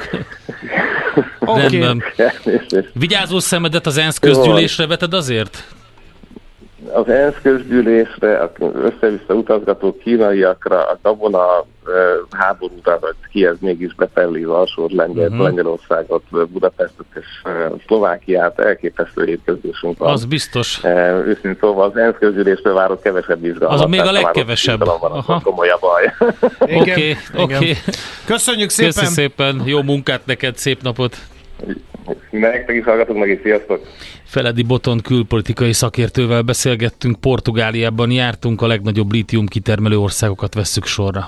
Okay. Rendben. Vigyázó szemedet az ENSZ közgyűlésre veted azért? Az ENSZ közgyűlésre, össze-vissza utazgató kínaiakra, a gabona háborúra, vagy ki ez mégis befelé alsód Lengyel, uh-huh. Lengyelországot, Budapestet és Szlovákiát, elképesztő hétközgyűlésünk van. Az biztos. Őszintén szóval az ENSZ közgyűlésre várok kevesebb vizsgálat. Az a még a legkevesebb. Aha. Komoly a baj. Oké, okay, oké. Okay. Köszönjük szépen! Köszi szépen, jó munkát neked, szép napot! Nektek is hallgatok meg, és sziasztok! Feledi Botont külpolitikai szakértővel beszélgettünk, Portugáliában jártunk, a legnagyobb lítium kitermelő országokat vesszük sorra.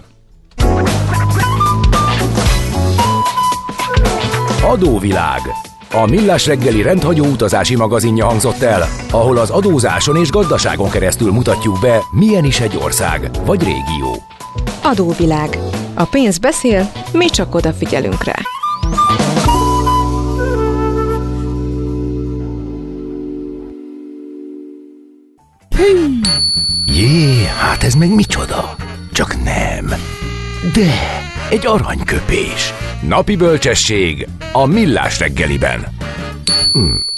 Adóvilág. A Millás reggeli rendhagyó utazási magazinja hangzott el, ahol az adózáson és gazdaságon keresztül mutatjuk be, milyen is egy ország vagy régió. Adóvilág. A pénz beszél, mi csak odafigyelünk rá. Jé, hát ez meg micsoda? Csak nem. De, egy aranyköpés. Napi bölcsesség a Millás reggeliben. Hm,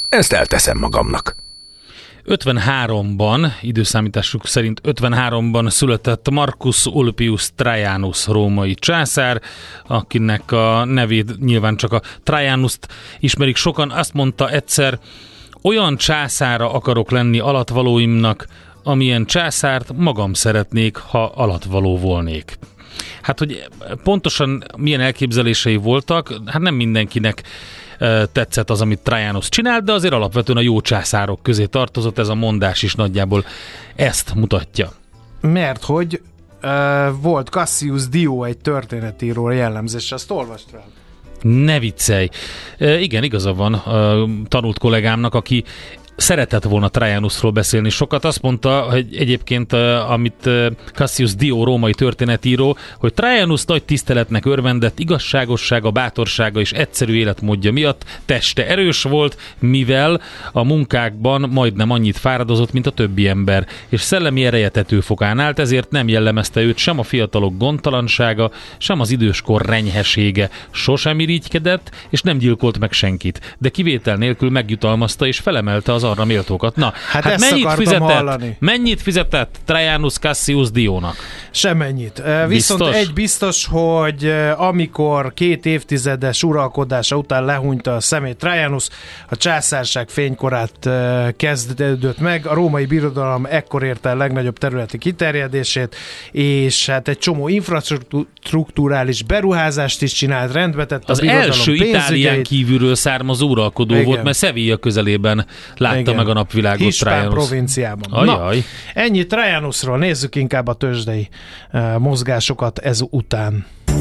ezt elteszem magamnak. ötvenháromban, időszámításuk szerint ötvenháromban született Marcus Ulpius Traianus római császár, akinek a nevét nyilván csak a Traianust ismerik sokan. Azt mondta egyszer, olyan császára akarok lenni alatvalóimnak, amilyen császárt magam szeretnék, ha alatvaló volnék. Hát, hogy pontosan milyen elképzelései voltak, hát nem mindenkinek tetszett az, amit Traianus csinált, de azért alapvetően a jó császárok közé tartozott, ez a mondás is nagyjából ezt mutatja. Mert hogy uh, volt Cassius Dio egy történetíró jellemzés, azt olvast fel? Ne viccelj! E, igen, igaza van a tanult kollégámnak, aki szeretett volna Traianusról beszélni sokat. Azt mondta, hogy egyébként, amit Cassius Dio római történetíró, hogy Traianus nagy tiszteletnek örvendett igazságossága, bátorsága és egyszerű életmódja miatt, teste erős volt, mivel a munkákban majdnem annyit fáradozott, mint a többi ember, és szellemi ereje tetőfokán állt, ezért nem jellemezte őt sem a fiatalok gondtalansága, sem az időskor renyhesége. Sosem irigykedett, és nem gyilkolt meg senkit, de kivétel nélkül megjutalmazta és felemelte az arra méltókat. Na, hát, hát mennyit fizetett, hallani. mennyit fizetett Traianus Cassius Diónak? Semmennyit. Viszont biztos? egy biztos, hogy amikor két évtizedes uralkodása után lehúnyta a szemét Traianus, a császárság fénykorát kezdődött meg, a római birodalom ekkor érte a legnagyobb területi kiterjedését, és hát egy csomó infrastrukturális beruházást is csinált, rendbe tett a az birodalom első Itálián kívülről származó uralkodó igen. volt, mert Sevilla közelében látta igen. meg a napvilágot Hispán Traianus. provinciában. Ajaj. Na, ennyi Traianusról, nézzük inkább a tőzsdei uh, mozgásokat ez után.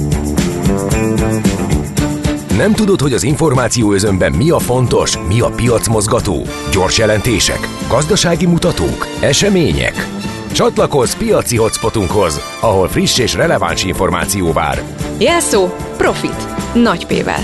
Nem tudod, hogy az információ özönben mi a fontos, mi a piacmozgató? Gyors jelentések, gazdasági mutatók, események? Csatlakozz piaci hotspotunkhoz, ahol friss és releváns információ vár. Jelszó Profit. Nagy P-vel.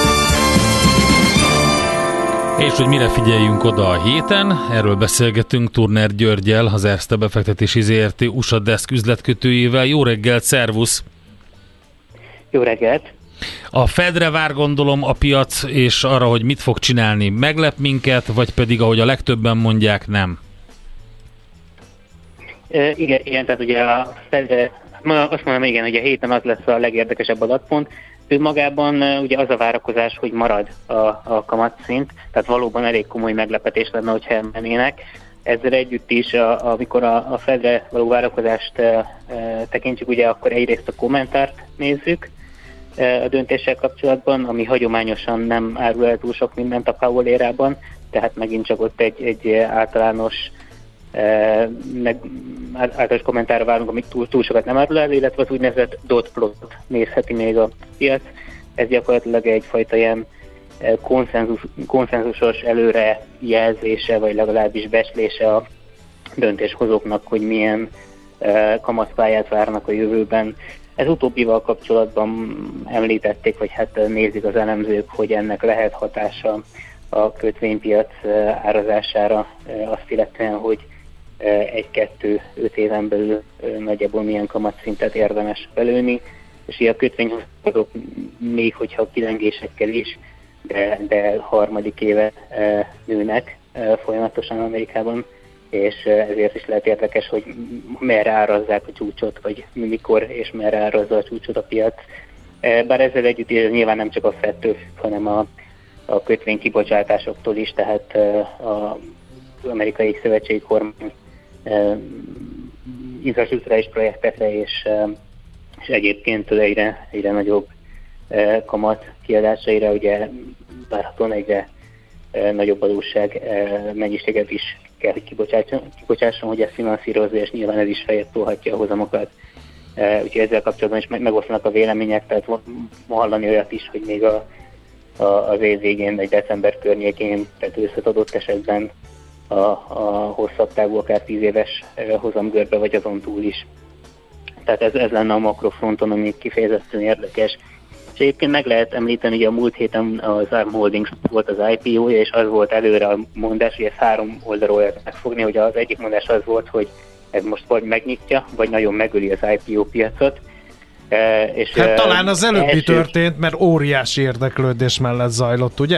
És hogy mire figyeljünk oda a héten, erről beszélgetünk Turner Györggyel, az Erste befektetési zé er té u es á Desk üzletkötőjével. Jó reggelt, szervusz! Jó reggelt! A Fedre vár, gondolom, a piac, és arra, hogy mit fog csinálni, meglep minket, vagy pedig, ahogy a legtöbben mondják, nem? E, igen, igen, tehát ugye a Fedre, ma azt mondom, igen, hogy a héten az lesz a legérdekesebb adatpont. Ő magában ugye az a várakozás, hogy marad a, a kamatszint, tehát valóban elég komoly meglepetés lenne, hogyha elmennének. Ezzel együtt is, a, amikor a, a Fedre való várakozást e, e, tekintjük, ugye akkor egyrészt a kommentárt nézzük e, a döntéssel kapcsolatban, ami hagyományosan nem árul el túl sok mindent a Powell érában, tehát megint csak ott egy, egy általános e, meg, általános kommentárra várunk, amit túl, túl sokat nem árul el, illetve az úgynevezett dot plot nézheti még a piac. Ez gyakorlatilag egyfajta ilyen konszenzus, konszenzusos előrejelzése, vagy legalábbis becslése a döntéshozóknak, hogy milyen uh, kamatpályát várnak a jövőben. Ez utóbbival kapcsolatban említették, vagy hát nézik az elemzők, hogy ennek lehet hatása a kötvénypiac uh, árazására, uh, azt illetően, hogy egy-kettő-öt éven belül nagyjából milyen kamatszintet érdemes belőni, és így a kötvényhozók még hogyha kilengésekkel is, de, de harmadik éve e, nőnek e, folyamatosan Amerikában, és e, ezért is lehet érdekes, hogy merre árazzák a csúcsot, vagy mikor és merre árazza a csúcsot a piac. E, bár ezzel együtt ez nyilván nem csak a Fedtől függ, hanem a, a kötvény kibocsátásoktól is, tehát e, a, az amerikai szövetségi kormány e, infrastruktúrális projektekre és, e, és egyébként egyre, egyre nagyobb e, kamat kiadásaira, ugye várhatóan egyre e, nagyobb adósság e, mennyiséget is kell, hogy kibocsásson, hogy ezt finanszírozza, és nyilván ez is fejet tolhatja a hozamokat. E, úgyhogy ezzel kapcsolatban is meg, megoszlanak a vélemények, tehát hallani olyat is, hogy még a, a, az év végén, vagy december környékén, tehát őszhet adott esetben a, a hosszabb távú, akár tíz éves e, hozamgörbe, vagy azon túl is. Tehát ez, ez lenne a makrofronton, ami kifejezetten érdekes. És egyébként meg lehet említeni, hogy a múlt héten az Arm Holdings volt az I P O-ja, és az volt előre a mondás, hogy ez három oldalról lehet megfogni, hogy az egyik mondás az volt, hogy ez most vagy megnyitja, vagy nagyon megöli az I P O piacot. E, és hát talán az előbbi első... történt, mert óriási érdeklődés mellett zajlott, ugye?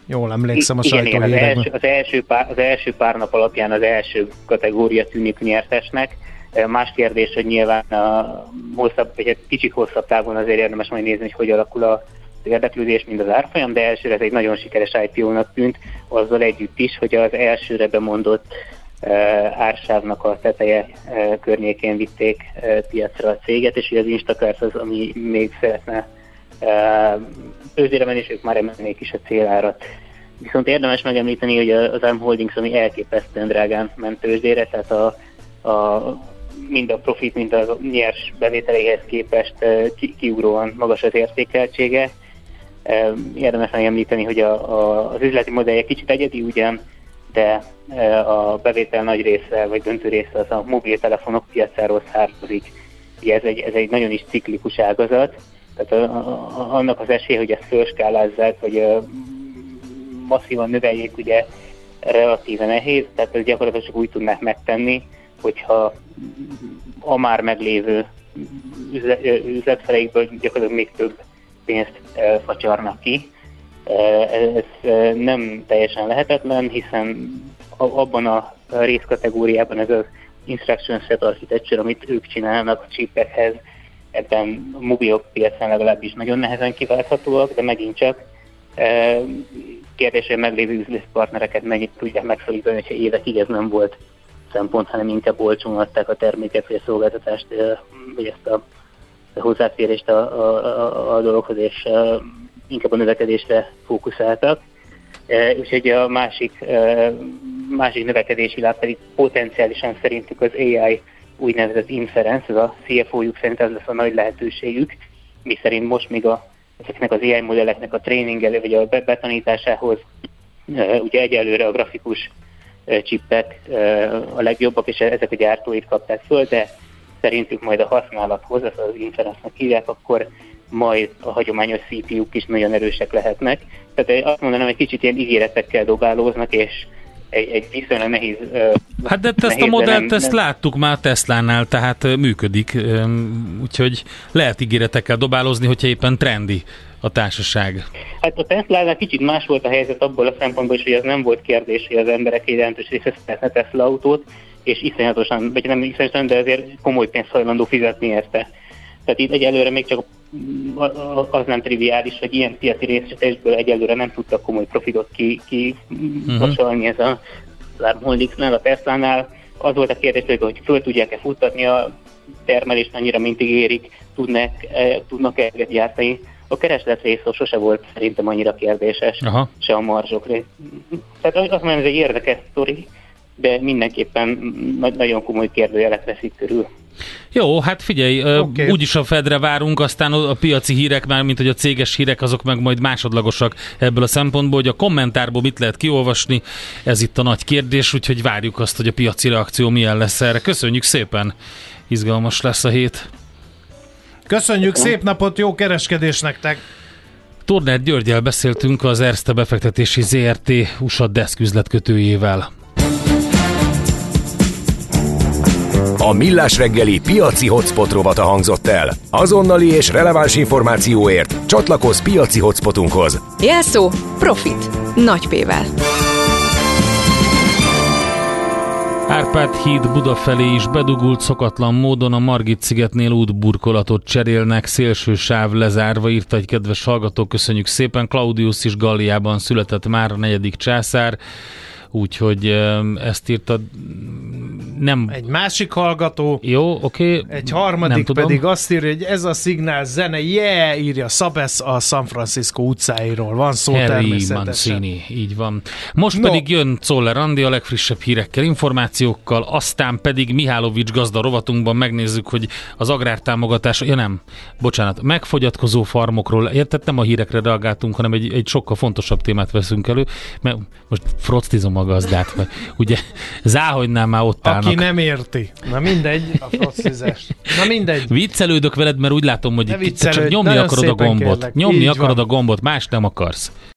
Jól emlékszem a igen, igen, az, első, az, első pár, az első pár nap alapján az első kategória tűnik nyertesnek. Más kérdés, hogy nyilván a hosszabb, vagy egy kicsit hosszabb távon azért érdemes majd nézni, hogy hogy alakul az érdeklődés, mint az árfolyam, de elsőre ez egy nagyon sikeres I P O-nak tűnt, azzal együtt is, hogy az elsőre bemondott uh, ársávnak a teteje uh, környékén vitték uh, piacra a céget, és hogy az Instacart az, ami még szeretne uh, tőzsdére menni, és ők már emelnék is a célárat. Viszont érdemes megemlíteni, hogy az Arm Holdings, ami elképesztően drágán ment tőzsdére, tehát a, a, mind a profit, mind a nyers bevételéhez képest ki, kiugróan magas az értékeltsége. Érdemes megemlíteni, hogy a, a, az üzleti modellje kicsit egyedi ugyan, de a bevétel nagy része, vagy döntő része az a mobiltelefonok piacáról származik. Ez egy, ez egy nagyon is ciklikus ágazat, tehát a, a, annak az esélye, hogy ezt felskálázzák, vagy a, masszívan növeljék, ugye relatíve nehéz, tehát ez gyakorlatilag csak úgy tudnák megtenni, hogyha a már meglévő üzletfeleikből gyakorlatilag még több pénzt facsarnak ki. Ez nem teljesen lehetetlen, hiszen abban a részkategóriában ez az instruction set architecture, amit ők csinálnak a chipekhez, ebben a mobil piacán legalábbis nagyon nehezen kiválthatóak, de megint csak kérdés, hogy meglévő üzleti partnereket mennyit tudják megszólítani, hogyha évekig ez nem volt szempont, hanem inkább olcsón adták a terméket, vagy a szolgáltatást, vagy ezt a hozzáférést a, a, a, a dologhoz, és inkább a növekedésre fókuszáltak. Úgyhogy a másik, másik növekedési láb pedig potenciálisan szerintük az á i úgynevezett inference, ez a C F O-juk szerint ez lesz a nagy lehetőségük, mi szerint most még a ezeknek az á i modelleknek a tréningelő, vagy a betanításához ugye egyelőre a grafikus chipek a legjobbak, és ezek a gyártóit kapták föl, de szerintük majd a használathoz, ezt az inference-nek hívják, akkor majd a hagyományos C P U-k is nagyon erősek lehetnek. Tehát azt mondanám, hogy kicsit ilyen ígéretekkel dobálóznak, és egy, egy viszonylag nehéz... Hát de ezt a modellt nem, ezt nem... láttuk már Teslánál, tehát működik, úgyhogy lehet ígéretekkel dobálózni, hogyha éppen trendi a társaság. Hát a Teslánál kicsit más volt a helyzet abból a szempontból is, hogy az nem volt kérdés, hogy az emberek jelentős része szeretne Tesla autót, és iszonyatosan, vagy nem iszonyatosan, de azért komoly pénzt hajlandó fizetni érte. Tehát itt egyelőre még csak az nem triviális, hogy ilyen piaci részletesből egyelőre nem tudtak komoly profitot ki, ki uh-huh. hasonlni ez a Arm Holdingsnál, a Teslánál. Az volt a kérdés, hogy föl tudják-e futtatni a termelést annyira, mint ígérik, tudnak, tudnak-e gyártani. A kereslet rész sose volt szerintem annyira kérdéses, Aha. se a marzsok rész. Tehát azt mondom, ez egy érdekes sztori, de mindenképpen nagyon komoly kérdőjelet veszik körül. Jó, hát figyelj, okay. úgyis a Fedre várunk, aztán a piaci hírek már, mint hogy a céges hírek, azok meg majd másodlagosak ebből a szempontból, hogy a kommentárból mit lehet kiolvasni, ez itt a nagy kérdés, úgyhogy várjuk azt, hogy a piaci reakció milyen lesz erre. Köszönjük szépen, izgalmas lesz a hét. Köszönjük, szép napot, jó kereskedés nektek! Torner Györggyel beszéltünk, az Erste befektetési zé er té u es á Desk üzletkötőjével. A Millás reggeli piaci hotspot rovata hangzott el. Azonnali és releváns információért csatlakozz piaci hotspotunkhoz. Jelszó Profit. Nagy P-vel. Árpád híd Buda felé is bedugult szokatlan módon, a Margit-szigetnél útburkolatot cserélnek, szélső sáv lezárva, írta egy kedves hallgató, köszönjük szépen. Claudius is Galliában született már, a negyedik császár, úgyhogy ezt írta. Nem... Egy másik hallgató. Jó, oké. Okay. Egy harmadik pedig azt írja, hogy ez a szignál zene, yeah, írja Szabesz a San Francisco utcáiról. Van szó Harry természetesen. Mancini, így van. Most no. pedig jön Czoller Andi a legfrissebb hírekkel, információkkal, aztán pedig Mihálovics gazda rovatunkban megnézzük, hogy az agrártámogatás, ja nem, bocsánat, megfogyatkozó farmokról, érted, nem a hírekre reagáltunk, hanem egy, egy sokkal fontosabb témát veszünk elő, mert most froctizom a gazdát, mert ugye Záhonynál már ott állnak. Aki nem érti. Na mindegy, a froctizás. Na mindegy. Viccelődök veled, mert úgy látom, hogy csak nyomni akarod a gombot. Nyomni akarod a gombot, más nem akarsz.